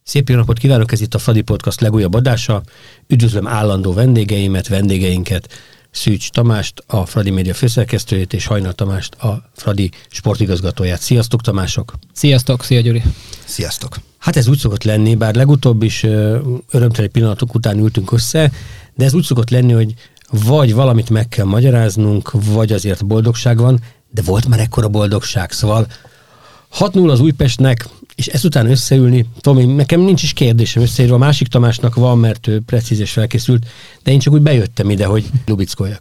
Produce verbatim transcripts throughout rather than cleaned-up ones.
Szép jó napot kívánok, ez itt a Fradi Podcast legújabb adása. Üdvözlöm állandó vendégeimet, vendégeinket, Szűcs Tamást, a Fradi Média főszerkesztőjét, és Hajnal Tamást, a Fradi sportigazgatóját. Sziasztok, Tamások! Sziasztok, szia Gyuri! Sziasztok! Hát ez úgy szokott lenni, bár legutóbb is örömteli pillanatok után ültünk össze, de ez úgy szokott lenni, hogy vagy valamit meg kell magyaráznunk, vagy azért boldogság van, de volt már ekkora boldogság, szóval hat null az Újpestnek, és ezután összeülni, Tomi, nekem nincs is kérdésem összeírva, a másik Tamásnak van, mert ő precíz és felkészült, de én csak úgy bejöttem ide, hogy lubickoljak.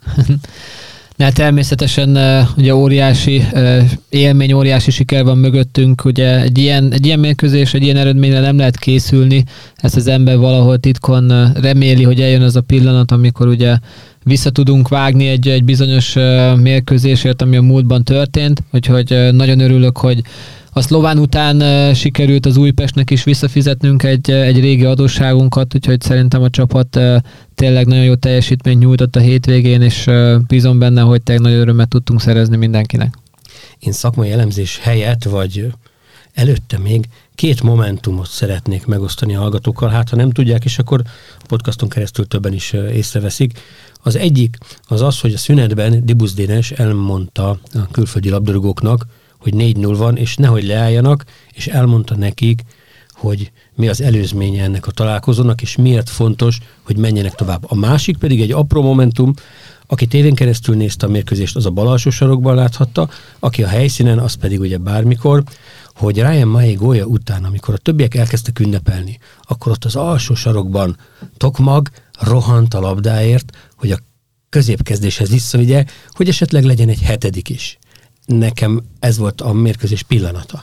Ne, természetesen ugye óriási élmény, óriási siker van mögöttünk, ugye egy ilyen, egy ilyen mérkőzés, egy ilyen eredményre nem lehet készülni, ezt az ember valahol titkon reméli, hogy eljön az a pillanat, amikor ugye vissza tudunk vágni egy, egy bizonyos mérkőzésért, ami a múltban történt, úgyhogy nagyon örülök, hogy a szlován után sikerült az Újpestnek is visszafizetnünk egy, egy régi adósságunkat, úgyhogy szerintem a csapat tényleg nagyon jó teljesítményt nyújtott a hétvégén, és bízom benne, hogy tényleg nagy örömet tudtunk szerezni mindenkinek. Én szakmai elemzés helyett, vagy előtte még két momentumot szeretnék megosztani a hallgatókkal, hát ha nem tudják, és akkor a podcaston keresztül többen is észreveszik. Az egyik az az, hogy a szünetben Dibusz Dénes elmondta a külföldi labdarúgóknak, hogy négy null van, és nehogy leálljanak, és elmondta nekik, hogy mi az előzménye ennek a találkozónak, és miért fontos, hogy menjenek tovább. A másik pedig egy apró momentum, aki tévén keresztül nézte a mérkőzést, az a bal alsó sarokban láthatta, aki a helyszínen, az pedig ugye bármikor, hogy Ryan Mahé gólja után, amikor a többiek elkezdtek ünnepelni, akkor ott az alsó sarokban Tokmag rohant a labdáért, hogy a középkezdéshez visszavigye, hogy esetleg legyen egy hetedik is. Nekem ez volt a mérkőzés pillanata.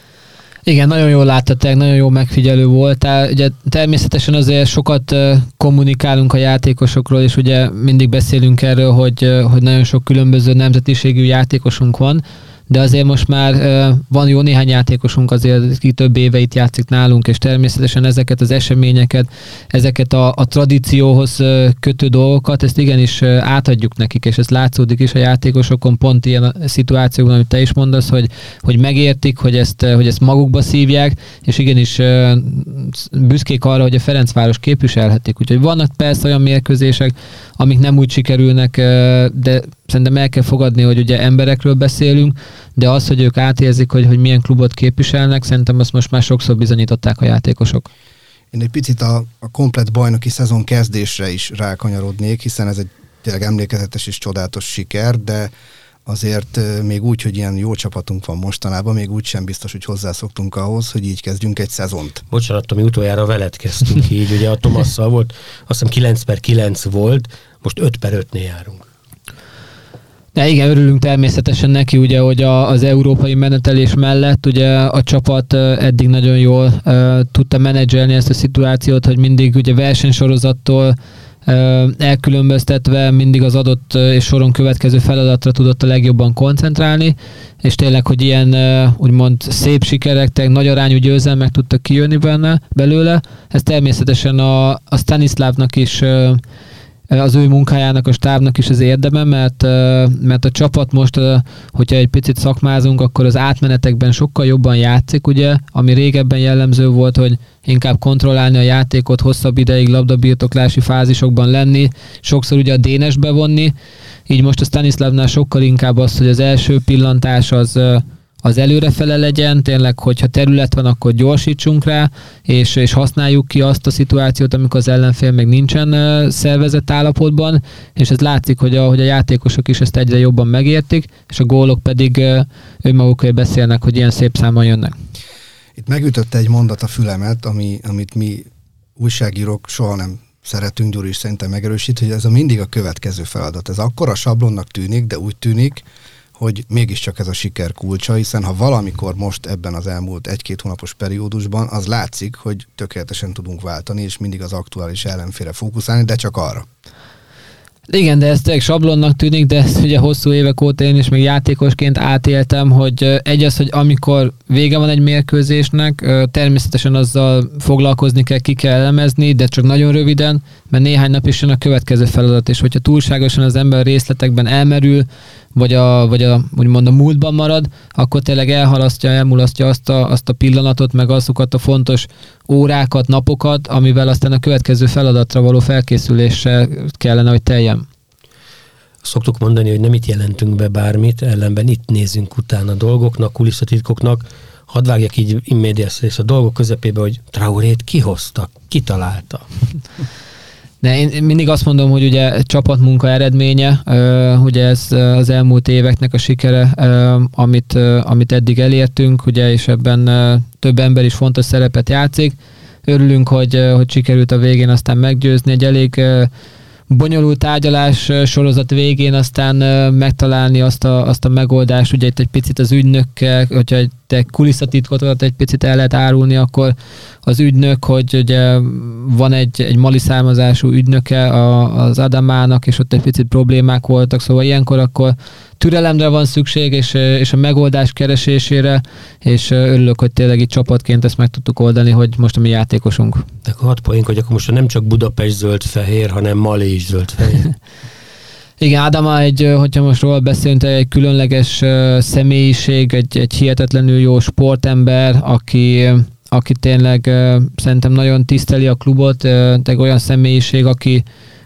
Igen, nagyon jól láttatok, nagyon jó megfigyelő voltál. Ugye természetesen azért sokat kommunikálunk a játékosokról, és ugye mindig beszélünk erről, hogy, hogy nagyon sok különböző nemzetiségű játékosunk van, de azért most már uh, van jó néhány játékosunk azért, ki több éve itt játszik nálunk, és természetesen ezeket az eseményeket, ezeket a, a tradícióhoz uh, kötő dolgokat, ezt igenis uh, átadjuk nekik, és ez látszódik is a játékosokon, pont ilyen a szituációban, amit te is mondasz, hogy, hogy megértik, hogy ezt, uh, hogy ezt magukba szívják, és igenis uh, büszkék arra, hogy a Ferencváros képviselhetik. Úgyhogy vannak persze olyan mérkőzések, amik nem úgy sikerülnek, uh, de szerintem el kell fogadni, hogy ugye emberekről beszélünk, de az, hogy ők átérzik, hogy, hogy milyen klubot képviselnek, szerintem azt most már sokszor bizonyították a játékosok. Én egy picit a, a komplett bajnoki szezon kezdésre is rákanyarodnék, hiszen ez egy tényleg emlékezetes és csodálatos siker, de azért még úgy, hogy ilyen jó csapatunk van mostanában, még úgy sem biztos, hogy hozzászoktunk ahhoz, hogy így kezdjünk egy szezont. Bocsánat, mi utoljára veled kezdtünk így, ugye a Tomasszal volt, azt hiszem kilenc per kilenc volt, most öt per ötnél járunk. De igen, örülünk természetesen neki, ugye, hogy a, az európai menetelés mellett ugye a csapat eddig nagyon jól uh, tudta menedzselni ezt a szituációt, hogy mindig ugye versenysorozattól uh, elkülönböztetve mindig az adott uh, és soron következő feladatra tudott a legjobban koncentrálni, és tényleg, hogy ilyen uh, úgymond szép sikerek, tényleg nagy arányú győzelmek tudtak kijönni benne, belőle. Ez természetesen a, a Stanislavnak is uh, az ő munkájának, a stábnak is az érdeme, mert, mert a csapat most, hogyha egy picit szakmázunk, akkor az átmenetekben sokkal jobban játszik, ugye, ami régebben jellemző volt, hogy inkább kontrollálni a játékot, hosszabb ideig labdabirtoklási fázisokban lenni, sokszor ugye a Dénes bevonni, így most a Stanislavnál sokkal inkább az, hogy az első pillantás az az előrefele legyen, tényleg, hogyha terület van, akkor gyorsítsunk rá, és, és használjuk ki azt a szituációt, amikor az ellenfél még nincsen uh, szervezett állapotban, és ez látszik, hogy a, hogy a játékosok is ezt egyre jobban megértik, és a gólok pedig uh, önmagukról beszélnek, hogy ilyen szép számon jönnek. Itt megütötte egy mondat a fülemet, ami, amit mi újságírók soha nem szeretünk, Gyuri is szerintem megerősít, hogy ez a mindig a következő feladat. Ez akkora sablonnak tűnik, de úgy tűnik, hogy mégiscsak ez a siker kulcsa, hiszen ha valamikor most ebben az elmúlt egy-két hónapos periódusban, az látszik, hogy tökéletesen tudunk váltani, és mindig az aktuális ellenfélre fókuszálni, de csak arra. Igen, de ez tényleg sablonnak tűnik, de ezt ugye hosszú évek óta én is még játékosként átéltem, hogy egy az, hogy amikor vége van egy mérkőzésnek, természetesen azzal foglalkozni kell, ki kell elemezni, de csak nagyon röviden, mert néhány nap is jön a következő feladat, és hogyha túlságosan az ember részletekben elmerül, vagy a, vagy a, úgymond a múltban marad, akkor tényleg elhalasztja, elmulasztja azt a, azt a pillanatot, meg azokat a fontos órákat, napokat, amivel aztán a következő feladatra való felkészüléssel kellene, hogy teljen. Szoktuk mondani, hogy nem itt jelentünk be bármit, ellenben itt nézzünk utána a dolgoknak, kulisszatitkoknak. Hadd vágjak így immédiás rész a dolgok közepébe, hogy Traorét kihoztak, kitalálta. De én mindig azt mondom, hogy ugye csapatmunka eredménye, ugye ez az elmúlt éveknek a sikere, amit, amit eddig elértünk, ugye, és ebben több ember is fontos szerepet játszik. Örülünk, hogy, hogy sikerült a végén aztán meggyőzni, egy elég bonyolult tárgyalás sorozat végén aztán megtalálni azt a, azt a megoldást, ugye itt egy picit az ügynökkel, hogyha te kulisszatitkokat egy picit el lehet árulni, akkor az ügynök, hogy ugye van egy, egy mali származású ügynöke a, az Adamának, és ott egy picit problémák voltak, szóval ilyenkor akkor türelemre van szükség, és, és a megoldás keresésére, és örülök, hogy tényleg itt csapatként ezt meg tudtuk oldani, hogy most a mi játékosunk. De akkor hat poénk, hogy akkor most nem csak Budapest zöld-fehér, hanem Mali is zöld-fehér. Igen, Adama egy, hogyha most róla beszélünk, egy különleges személyiség, egy, egy hihetetlenül jó sportember, aki, aki tényleg szerintem nagyon tiszteli a klubot, tényleg olyan személyiség, aki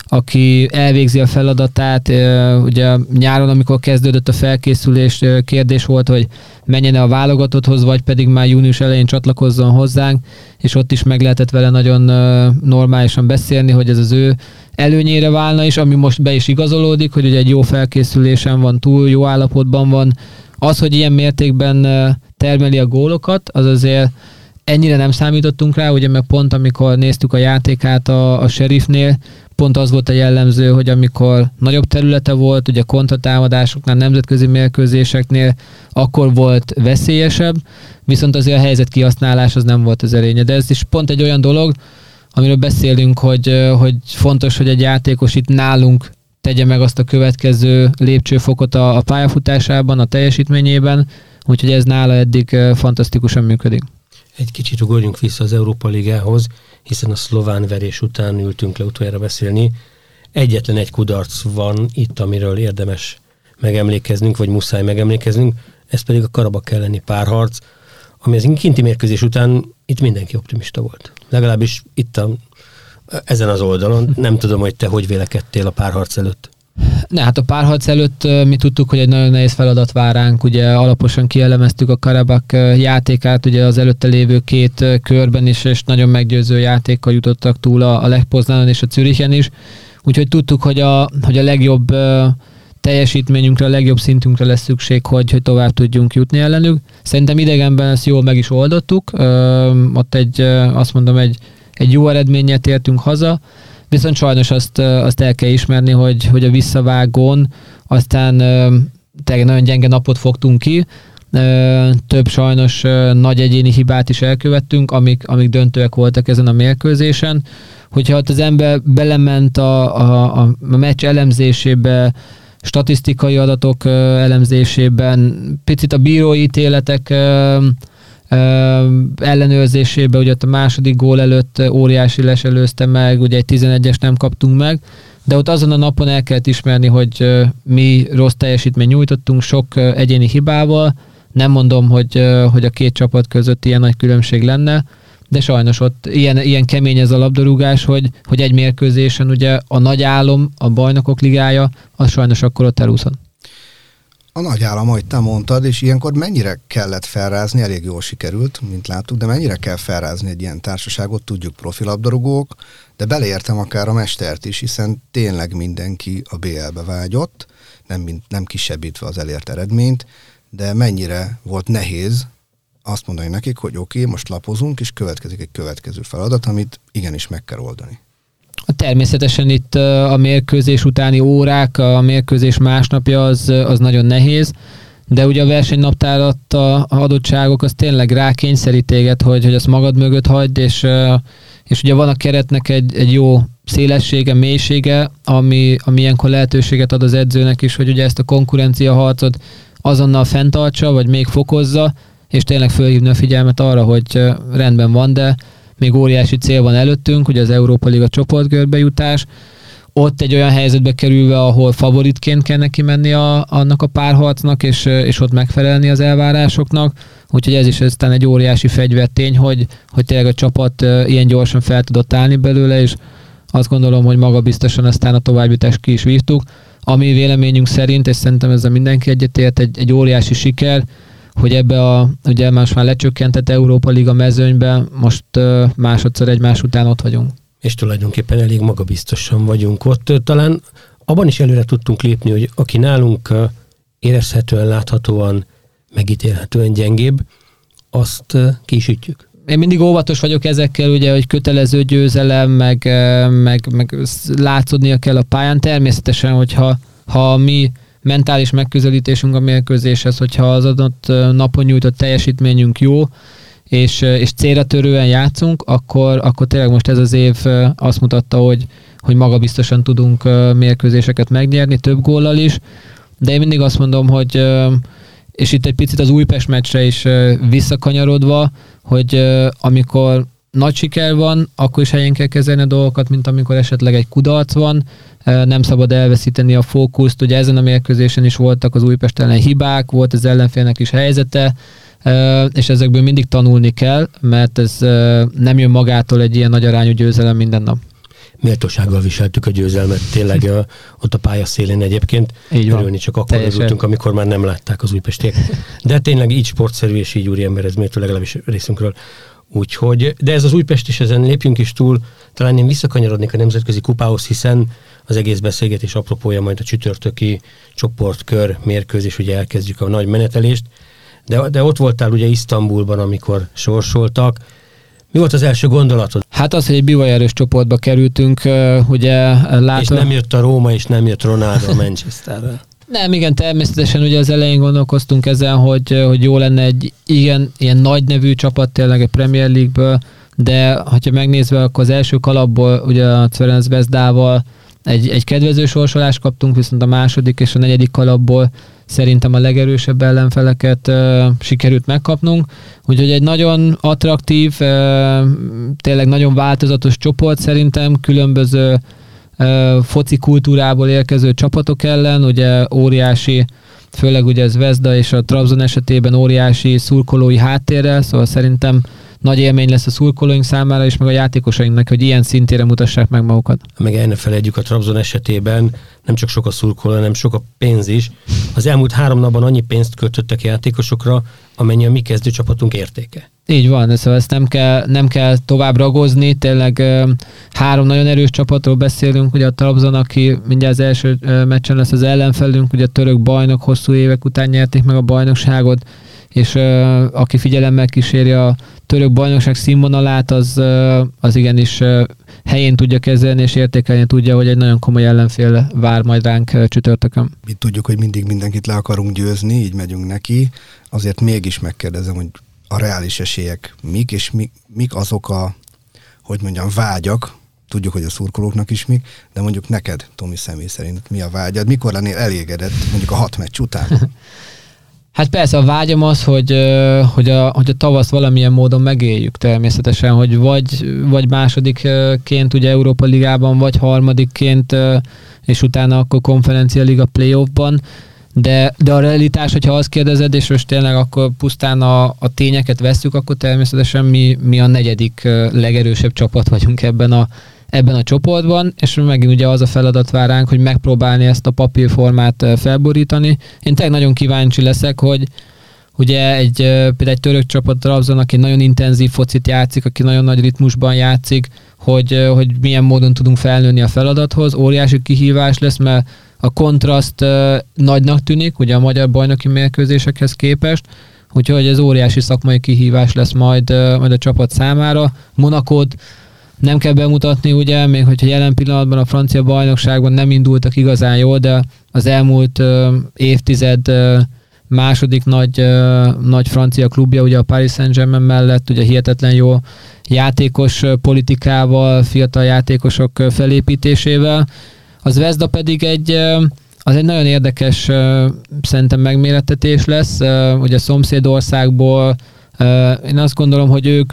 aki elvégzi a feladatát. Ugye nyáron, amikor kezdődött a felkészülés, kérdés volt, hogy menjen-e a válogatotthoz, vagy pedig már június elején csatlakozzon hozzánk, és ott is meg lehetett vele nagyon normálisan beszélni, hogy ez az ő előnyére válna is, ami most be is igazolódik, hogy ugye egy jó felkészülésen van túl, jó állapotban van. Az, hogy ilyen mértékben termeli a gólokat, az azért ennyire nem számítottunk rá, ugye meg pont amikor néztük a játékát a, a Sheriffnél, pont az volt a jellemző, hogy amikor nagyobb területe volt, ugye kontratámadásoknál, nemzetközi mérkőzéseknél, akkor volt veszélyesebb, viszont azért a helyzet kihasználás az nem volt az erénye. De ez is pont egy olyan dolog, amiről beszélünk, hogy, hogy fontos, hogy egy játékos itt nálunk tegye meg azt a következő lépcsőfokot a, a pályafutásában, a teljesítményében, úgyhogy ez nála eddig fantasztikusan működik. Egy kicsit ugorjunk vissza az Európa Ligához, hiszen a szlován verés után ültünk le utoljára beszélni. Egyetlen egy kudarc van itt, amiről érdemes megemlékeznünk, vagy muszáj megemlékeznünk, ez pedig a Karabakk elleni párharc, ami az kinti mérkőzés után itt mindenki optimista volt. Legalábbis itt a, ezen az oldalon. Nem tudom, hogy te hogy vélekedtél a párharc előtt. Ne, hát a párharc előtt mi tudtuk, hogy egy nagyon nehéz feladat vár ránk, ugye alaposan kielemeztük a Karabakk játékát, ugye az előtte lévő két körben is, és nagyon meggyőző játékkal jutottak túl a, a Lech Poznanon és a Zürichen is, úgyhogy tudtuk, hogy a, hogy a legjobb teljesítményünkre, a legjobb szintünkre lesz szükség, hogy, hogy tovább tudjunk jutni ellenük. Szerintem idegenben ezt jól meg is oldottuk, ott egy, azt mondom, egy, egy jó eredménnyel tértünk haza, viszont sajnos azt, azt el kell ismerni, hogy, hogy a visszavágón aztán tényleg nagyon gyenge napot fogtunk ki, több sajnos nagy egyéni hibát is elkövettünk, amik, amik döntőek voltak ezen a mérkőzésen. Hogyha ott az ember belement a, a, a meccs elemzésébe, statisztikai adatok elemzésében, picit a bírói ítéletek ellenőrzésébe, ugye ott a második gól előtt óriási les előzte meg, ugye egy tizenegyes nem kaptunk meg, de ott azon a napon el kellett ismerni, hogy mi rossz teljesítmény nyújtottunk, sok egyéni hibával, nem mondom, hogy, hogy a két csapat között ilyen nagy különbség lenne, de sajnos ott ilyen, ilyen kemény ez a labdarúgás, hogy, hogy egy mérkőzésen ugye a nagy álom, a Bajnokok Ligája, az sajnos akkor ott elúszott. A nagy állam, ahogy te mondtad, és ilyenkor mennyire kellett felrázni, elég jól sikerült, mint láttuk, de mennyire kell felrázni egy ilyen társaságot, tudjuk profilabdarúgók, de beleértem akár a mestert is, hiszen tényleg mindenki a bé el-be vágyott, nem, nem kisebbítve az elért eredményt, de mennyire volt nehéz azt mondani nekik, hogy oké, okay, most lapozunk, és következik egy következő feladat, amit igenis meg kell oldani. Természetesen itt a mérkőzés utáni órák, a mérkőzés másnapja az, az nagyon nehéz, de ugye a versenynaptárat, a adottságok az tényleg rákényszerít téged, hogy, hogy azt magad mögött hagyd, és, és ugye van a keretnek egy, egy jó szélessége, mélysége, ami, ami ilyenkor lehetőséget ad az edzőnek is, hogy ugye ezt a konkurencia harcot azonnal fenntartsa, vagy még fokozza, és tényleg fölhívni a figyelmet arra, hogy rendben van, de még óriási cél van előttünk, ugye az Európa Liga csoportkörbe jutás. ott egy olyan helyzetbe kerülve, ahol favoritként kell neki menni a, annak a párharcnak, és, és ott megfelelni az elvárásoknak. Úgyhogy ez is aztán egy óriási fegyvertény, hogy, hogy tényleg a csapat ilyen gyorsan fel tudott állni belőle, és azt gondolom, hogy magabiztosan aztán a továbbjutást ki is vívtuk. Ami véleményünk szerint, és szerintem ezzel mindenki egyetért, egy, egy óriási siker, hogy ebbe a, ugye most már lecsökkentett Európa Liga mezőnyben most uh, másodszor egymás után ott vagyunk. És tulajdonképpen elég magabiztosan vagyunk ott. Talán abban is előre tudtunk lépni, hogy aki nálunk érezhetően, láthatóan, megítélhetően gyengébb, azt kisütjük. Én mindig óvatos vagyok ezekkel, ugye, hogy kötelező győzelem, meg, meg, meg látszódnia kell a pályán. Természetesen, hogyha ha mi mentális megközelítésünk a mérkőzéshez, hogyha az adott napon nyújtott teljesítményünk jó, és, és célra törően játszunk, akkor, akkor tényleg most ez az év azt mutatta, hogy, hogy magabiztosan tudunk mérkőzéseket megnyerni, több góllal is, de én mindig azt mondom, hogy és itt egy picit az Újpest meccsre is visszakanyarodva, hogy amikor nagy siker van, akkor is helyén kell kezelni a dolgokat, mint amikor esetleg egy kudarc van, nem szabad elveszíteni a fókuszt, ugye ezen a mérkőzésen is voltak az Újpest ellen hibák, volt az ellenfélnek is helyzete, és ezekből mindig tanulni kell, mert ez nem jön magától egy ilyen nagy arányú győzelem minden nap. Méltósággal viseltük a győzelmet, tényleg a, ott a pályaszélén egyébként. Így van. Örülni csak akkor örültünk, amikor már nem látták az újpestiek. De tényleg így sportszerű és így úriember, ez méltó legalábbis részünkről. Úgyhogy, de ez az Újpest is, ezen lépjünk is túl, talán én visszakanyarodnék a nemzetközi kupához, hiszen az egész beszélgetés apropója majd a csütörtöki csoportkör mérkőzés, ugye elkezdjük a nagy menetelést, de, de ott voltál ugye Isztambulban, amikor sorsoltak. Mi volt az első gondolatod? Hát az, hogy egy bivajerős csoportba kerültünk, ugye látva... És nem jött a Róma, és nem jött Ronaldo a Manchesterrel. Nem, igen, természetesen ugye az elején gondolkoztunk ezen, hogy, hogy jó lenne egy igen, ilyen nagy nevű csapat tényleg a Premier League-ből, de ha megnézve, akkor az első kalapból ugye a Zvezdával egy, egy kedvező sorsolást kaptunk, viszont a második és a negyedik kalapból szerintem a legerősebb ellenfeleket uh, sikerült megkapnunk. Úgyhogy egy nagyon attraktív, uh, tényleg nagyon változatos csoport szerintem, különböző uh, foci kultúrából érkező csapatok ellen, ugye óriási, főleg ugye az Zvezda és a Trabzon esetében óriási szurkolói háttérrel, szóval szerintem nagy élmény lesz a szurkolóink számára, és meg a játékosainknak, hogy ilyen szintére mutassák meg magukat. Meg el ne felejtjük, a Trabzon esetében nem csak sok a szurkoló, hanem sok a pénz is. Az elmúlt három napban annyi pénzt költöttek játékosokra, amennyi a mi kezdőcsapatunk értéke. Így van, szóval ezt nem kell, nem kell tovább ragozni, tényleg három nagyon erős csapatról beszélünk, ugye a Trabzon, aki mindjárt az első meccsen lesz az ellenfelünk, ugye a török bajnok, hosszú évek után nyerték meg a bajnokságot, és uh, aki figyelemmel kíséri a török bajnokság színvonalát, az, uh, az igenis uh, helyén tudja kezelni, és értékelni tudja, hogy egy nagyon komoly ellenfél vár majd ránk uh, csütörtökön. Mi tudjuk, hogy mindig mindenkit le akarunk győzni, így megyünk neki, azért mégis megkérdezem, hogy a reális esélyek mik, és mi, mik azok a, hogy mondjam, vágyak, tudjuk, hogy a szurkolóknak is mik, de mondjuk neked, Tomi, személy szerint mi a vágyad? Mikor lennél elégedett, mondjuk a hat meccs után? Hát persze a vágyam az, hogy, hogy, a, hogy a tavaszt valamilyen módon megéljük természetesen, hogy vagy, vagy másodikként ugye Európa Ligában, vagy harmadikként, és utána akkor Konferencia Liga playoffban, de, de a realitás, hogyha azt kérdezed, és most tényleg akkor pusztán a, a tényeket vesszük, akkor természetesen mi, mi a negyedik legerősebb csapat vagyunk ebben a ebben a csoportban, és megint ugye az a feladat vár ránk, hogy megpróbálni ezt a papírformát felborítani. Én tényleg nagyon kíváncsi leszek, hogy ugye egy, például egy török csapat Trabzon, aki nagyon intenzív focit játszik, aki nagyon nagy ritmusban játszik, hogy, hogy milyen módon tudunk felnőni a feladathoz. Óriási kihívás lesz, mert a kontraszt nagynak tűnik, ugye a magyar bajnoki mérkőzésekhez képest, úgyhogy ez óriási szakmai kihívás lesz majd, majd a csapat számára. Monakót nem kell bemutatni, ugye, még hogyha jelen pillanatban a francia bajnokságban nem indultak igazán jól, de az elmúlt uh, évtized uh, második nagy, uh, nagy francia klubja, ugye a Paris Saint-Germain mellett, ugye hihetetlen jó játékos uh, politikával, fiatal játékosok uh, felépítésével. Az Zvezda pedig egy, uh, az egy nagyon érdekes uh, szerintem megmérettetés lesz, uh, ugye a szomszédországból. Uh, én azt gondolom, hogy ők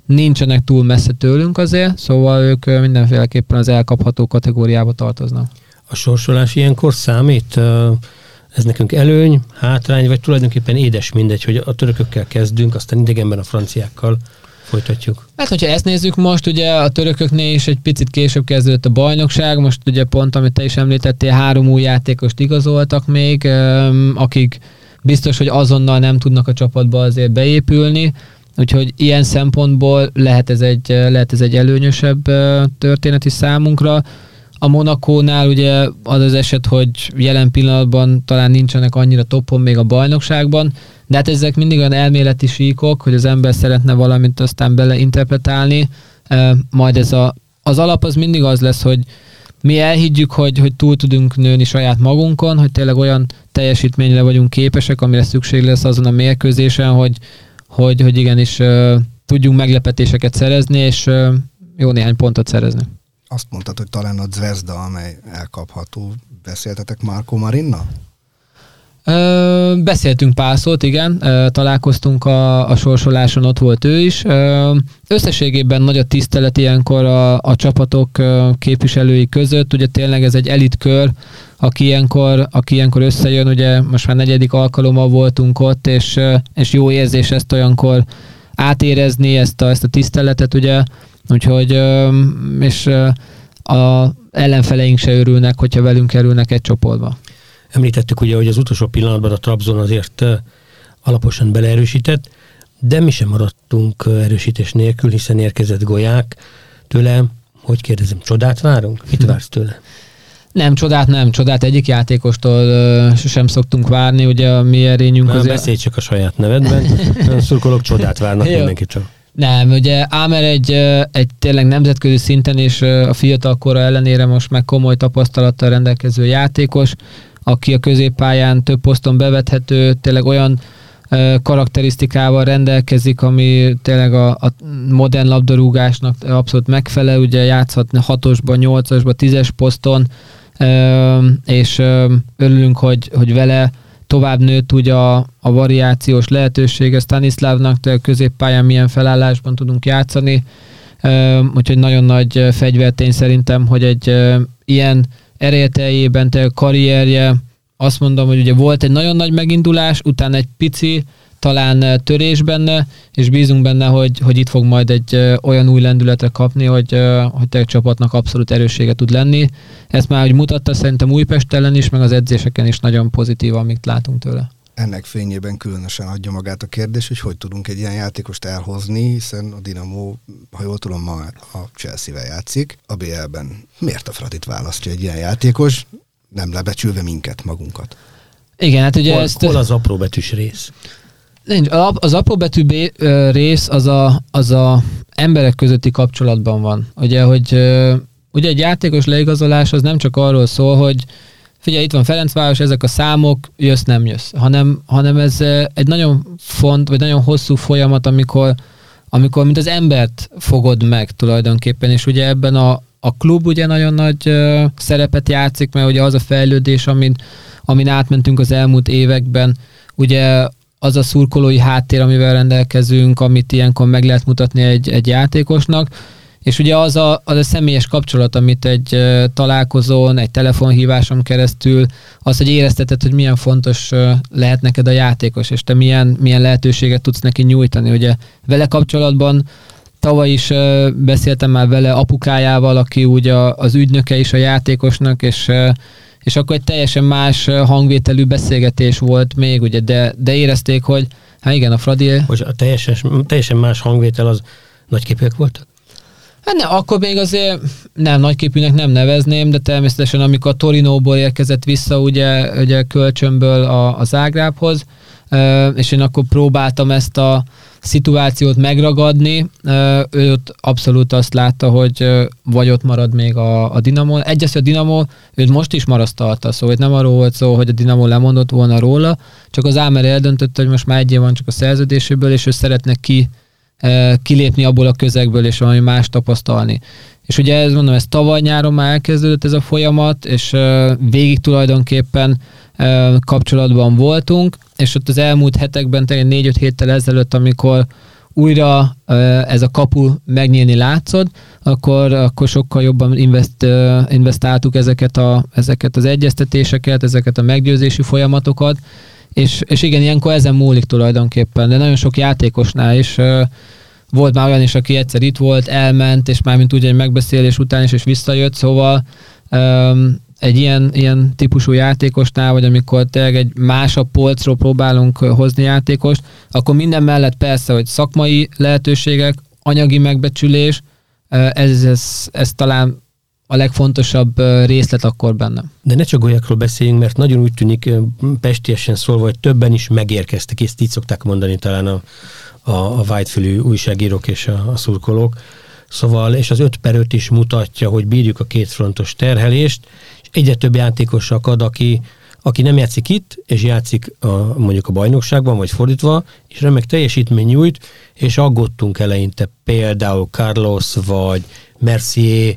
nincsenek túl messze tőlünk azért, szóval ők mindenféleképpen az elkapható kategóriába tartoznak. A sorsolás ilyenkor számít? Ez nekünk előny, hátrány, vagy tulajdonképpen édes mindegy, hogy a törökökkel kezdünk, aztán idegenben a franciákkal folytatjuk? Hát, hogyha ezt nézzük most, ugye a törököknél is egy picit később kezdődött a bajnokság, most ugye pont, amit te is említettél, három új játékost igazoltak még, akik biztos, hogy azonnal nem tudnak a csapatba azért beépülni, úgyhogy ilyen szempontból lehet ez egy, lehet ez egy előnyösebb történet is számunkra. A Monacónál ugye az az eset, hogy jelen pillanatban talán nincsenek annyira toppon még a bajnokságban, de hát ezek mindig olyan elméleti síkok, hogy az ember szeretne valamit aztán beleinterpretálni, majd ez a, az alap az mindig az lesz, hogy mi elhiggyük, hogy, hogy túl tudunk nőni saját magunkon, hogy tényleg olyan teljesítményre vagyunk képesek, amire szükség lesz azon a mérkőzésen, hogy, hogy, hogy igenis uh, tudjunk meglepetéseket szerezni, és uh, jó néhány pontot szerezni. Azt mondtad, hogy talán a Zvezda, amely elkapható. Beszéltetek Marco Marinnal? Ö, beszéltünk pár szót, igen, ö, találkoztunk a, a sorsoláson, ott volt ő is. Ö, összességében nagy a tisztelet ilyenkor a, a csapatok ö, képviselői között, ugye tényleg ez egy elitkör, aki ilyenkor, aki ilyenkor összejön, ugye most már negyedik alkalommal voltunk ott, és, ö, és jó érzés ezt olyankor átérezni, ezt a, ezt a tiszteletet, ugye, úgyhogy, ö, és ö, a ellenfeleink se örülnek, hogyha velünk kerülnek egy csoportba. Említettük ugye, hogy az utolsó pillanatban a Trabzon azért alaposan beleerősített, de mi sem maradtunk erősítés nélkül, hiszen érkezett Golyák tőle. Hogy kérdezem, csodát várunk? Mit vársz tőle? Nem, csodát nem. Csodát egyik játékostól uh, sem szoktunk várni, ugye a mi erényünk Már azért... beszélj csak a saját nevedben. Olyan szurkolók csodát várnak mindenki csak. Nem, ugye Ámer egy, egy tényleg nemzetközi szinten és a fiatal kora ellenére most meg komoly tapasztalattal rendelkező játékos, aki a középpályán több poszton bevethető, tényleg olyan uh, karakterisztikával rendelkezik, ami tényleg a, a modern labdarúgásnak abszolút megfelel, ugye játszhat hatosba, nyolcasba, tízes poszton, uh, és uh, örülünk, hogy, hogy vele tovább nőtt ugye a, a variációs lehetősége Stanislavnak, középpályán milyen felállásban tudunk játszani, uh, úgyhogy nagyon nagy fegyvertény szerintem, hogy egy uh, ilyen erejételjében, te karrierje, azt mondom, hogy ugye volt egy nagyon nagy megindulás, utána egy pici, talán törés benne, és bízunk benne, hogy, hogy itt fog majd egy ö, olyan új lendületre kapni, hogy, ö, hogy te csapatnak abszolút erőssége tud lenni. Ezt már úgy mutatta szerintem Újpest ellen is, meg az edzéseken is nagyon pozitív, amit látunk tőle. Ennek fényében különösen adja magát a kérdés, hogy hogy tudunk egy ilyen játékost elhozni, hiszen a Dinamo, ha jól tudom, ma a Chelsea-vel játszik, a bé el-ben. Miért a Fradit választja egy ilyen játékos, nem lebecsülve minket, magunkat? Igen, hát ugye hol, ezt... Hol az apróbetűs rész? Nincs. Az apróbetű B rész az a, az a emberek közötti kapcsolatban van. Ugye, hogy ugye egy játékos leigazolás az nem csak arról szól, hogy figyelj, itt van Ferencváros, ezek a számok, jössz, nem jössz, hanem, hanem ez egy nagyon font, vagy nagyon hosszú folyamat, amikor, amikor mint az embert fogod meg tulajdonképpen, és ugye ebben a, a klub ugye nagyon nagy uh, szerepet játszik, mert ugye az a fejlődés, amin, amin átmentünk az elmúlt években, ugye az a szurkolói háttér, amivel rendelkezünk, amit ilyenkor meg lehet mutatni egy, egy játékosnak, és ugye az a, az a személyes kapcsolat, amit egy uh, találkozón, egy telefonhíváson keresztül, az, hogy érezteted, hogy milyen fontos uh, lehet neked a játékos, és te milyen, milyen lehetőséget tudsz neki nyújtani. Ugye vele kapcsolatban tavaly is uh, beszéltem már vele apukájával, aki ugye az ügynöke is a játékosnak, és, uh, és akkor egy teljesen más hangvételű beszélgetés volt még, ugye, de, de érezték, hogy hát igen, a Fradi... Hogy a teljesen, teljesen más hangvétel az nagyképűek voltak? Hát ne, akkor még azért nem nagyképűnek nem nevezném, de természetesen amikor a Torinóból érkezett vissza ugye, ugye kölcsönből a, a Zágrábhoz, és én akkor próbáltam ezt a szituációt megragadni, ő ott abszolút azt látta, hogy vagy ott marad még a, a Dinamo. Egyes a Dinamo, őt most is marasztalta, szóval itt nem arról volt szó, hogy a Dinamo lemondott volna róla, csak az Ámer eldöntötte, hogy most már egy év van csak a szerződéséből, és ő szeretne ki kilépni abból a közegből, és valami más tapasztalni. És ugye ez mondom, ez tavaly nyáron már elkezdődött ez a folyamat, és végig tulajdonképpen kapcsolatban voltunk, és ott az elmúlt hetekben, tehát négy-öt héttel ezelőtt, amikor újra ez a kapu megnyílni látszott, akkor, akkor sokkal jobban invest, investáltuk ezeket, a, ezeket az egyeztetéseket, ezeket a meggyőzési folyamatokat, és, és igen, ilyenkor ezen múlik tulajdonképpen, de nagyon sok játékosnál is volt már olyan is, aki egyszer itt volt, elment, és már mint úgy egy megbeszélés után is, és visszajött, szóval um, egy ilyen, ilyen típusú játékosnál, vagy amikor tényleg egy másabb polcról próbálunk hozni játékost, akkor minden mellett persze, hogy szakmai lehetőségek, anyagi megbecsülés, ez, ez, ez talán a legfontosabb részlet akkor benne. De ne csak golyákról beszéljünk, mert nagyon úgy tűnik, pestiesen szólva, hogy többen is megérkeztek, és így szokták mondani talán a, a, a vágyfülű újságírók és a, a szurkolók. Szóval, és az öt per öt is mutatja, hogy bírjuk a kétfrontos terhelést, és egyre több játékos akad, aki, aki nem játszik itt, és játszik a, mondjuk a bajnokságban, vagy fordítva, és remek teljesítmény nyújt, és aggódtunk eleinte például Carlos, vagy Mercier,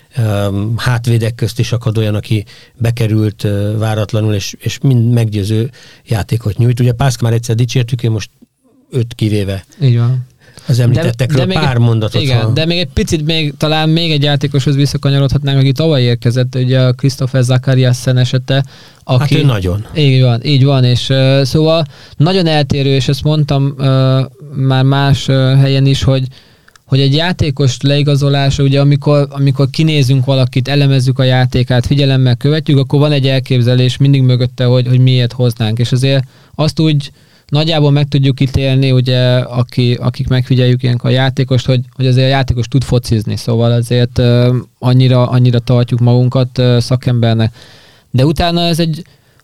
um, hátvédek közt is akad olyan, aki bekerült uh, váratlanul, és, és mind meggyőző játékot nyújt. Ugye Pászk már egyszer dicsértük, én most öt kivéve. Így van. Az említettekről de, de pár egy, mondatot. Igen, ha... de még egy picit, még, talán még egy játékoshoz visszakanyarodhatnánk, aki tavaly érkezett, ugye a Christopher Zachariasen esete. Aki, hát ő nagyon. Így van, így van, és uh, szóval nagyon eltérő, és ezt mondtam uh, már más uh, helyen is, hogy hogy egy játékos leigazolása, ugye amikor, amikor kinézünk valakit, elemezzük a játékát, figyelemmel követjük, akkor van egy elképzelés mindig mögötte, hogy, hogy miért hoznánk, és azért azt úgy nagyjából meg tudjuk ítélni, ugye, aki, akik megfigyeljük ilyenkor a játékost, hogy, hogy azért a játékos tud focizni, szóval azért uh, annyira, annyira tartjuk magunkat uh, szakembernek. De utána ez egy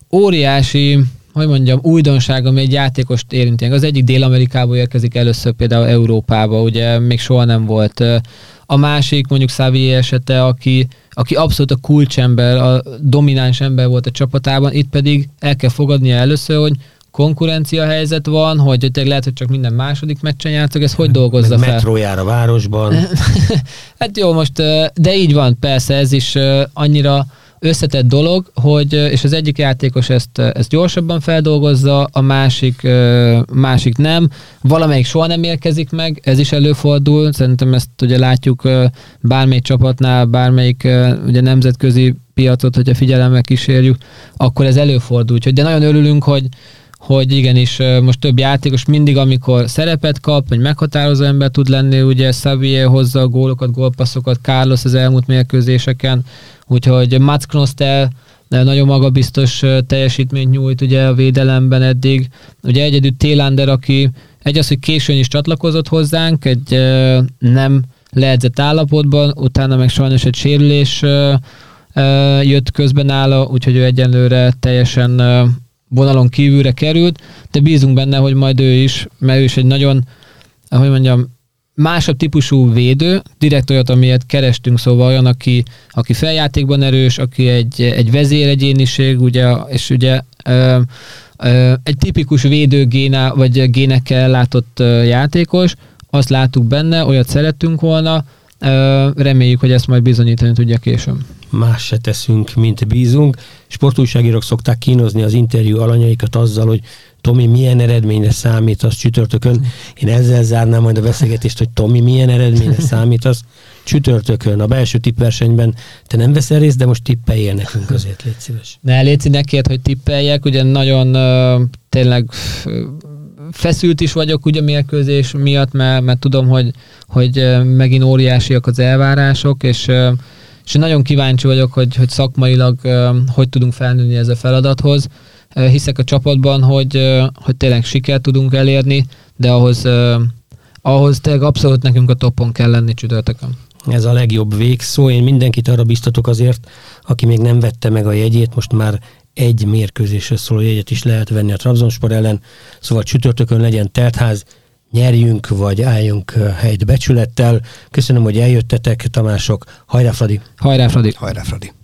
óriási, hogy mondjam, újdonság, ami egy játékost érinti. Az egyik Dél-Amerikából érkezik először például Európába, ugye még soha nem volt. A másik, mondjuk Xavier esete, aki, aki abszolút a kulcsember, a domináns ember volt a csapatában, itt pedig el kell fogadnia először, hogy konkurencia helyzet van, hogy lehet, hogy csak minden második meccsen játszok, ez hogy dolgozza meg fel? Metró jár a városban. Hát jó, most, de így van, persze, ez is annyira összetett dolog, hogy, és az egyik játékos ezt, ezt gyorsabban feldolgozza, a másik, másik nem. Valamelyik soha nem érkezik meg, ez is előfordul. Szerintem ezt ugye látjuk bármelyik csapatnál, bármelyik ugye nemzetközi piacot, hogyha figyelemmel kísérjük, akkor ez előfordul. Úgyhogy de nagyon örülünk, hogy hogy igenis most több játékos mindig, amikor szerepet kap, vagy meghatározó ember tud lenni, ugye Xavier hozza a gólokat, gólpasszokat, Carlos az elmúlt mérkőzéseken, úgyhogy Mats Knoster nagyon magabiztos teljesítményt nyújt ugye a védelemben eddig. Ugye egyedül Télander, aki egy az, hogy későn is csatlakozott hozzánk, egy nem leedzett állapotban, utána meg sajnos egy sérülés jött közben nála, úgyhogy ő egyenlőre teljesen vonalon kívülre került, de bízunk benne, hogy majd ő is, mert ő is egy nagyon, ahogy mondjam, másabb típusú védő, direkt olyat, amilyet kerestünk, szóval olyan, aki, aki feljátékban erős, aki egy, egy vezéregyéniség, ugye, és ugye ö, ö, egy tipikus védőgéná, vagy génekkel ellátott ö, játékos, azt láttuk benne, olyat szerettünk volna, ö, reméljük, hogy ezt majd bizonyítani tudja később. Más se teszünk, mint bízunk. Sportújságírók szokták kínozni az interjú alanyaikat azzal, hogy Tomi, milyen eredményre számítasz csütörtökön. Én ezzel zárnám majd a beszélgetést, hogy Tomi, milyen eredményre számítasz csütörtökön. A belső tippversenyben te nem veszel részt, de most tippeljél nekünk azért, légy szíves. Ne, légy neked, hogy tippeljek, ugye nagyon uh, tényleg uh, feszült is vagyok ugye mérkőzés miatt, mert, mert tudom, hogy, hogy uh, megint óriásiak az elvárások, és uh, és nagyon kíváncsi vagyok, hogy, hogy szakmailag uh, hogy tudunk felnőni ez a feladathoz. Uh, hiszek a csapatban, hogy, uh, hogy tényleg sikert tudunk elérni, de ahhoz, uh, ahhoz tényleg abszolút nekünk a toppon kell lenni csütörtökön. Ez a legjobb végszó. Én mindenkit arra biztatok azért, aki még nem vette meg a jegyét, most már egy mérkőzésre szóló jegyet is lehet venni a Trabzonspor ellen, szóval csütörtökön legyen teltház, nyerjünk, vagy álljunk helyt becsülettel. Köszönöm, hogy eljöttetek, Tamások. Hajrá, Fradi! Hajrá, Fradi! Hajrá, Fradi!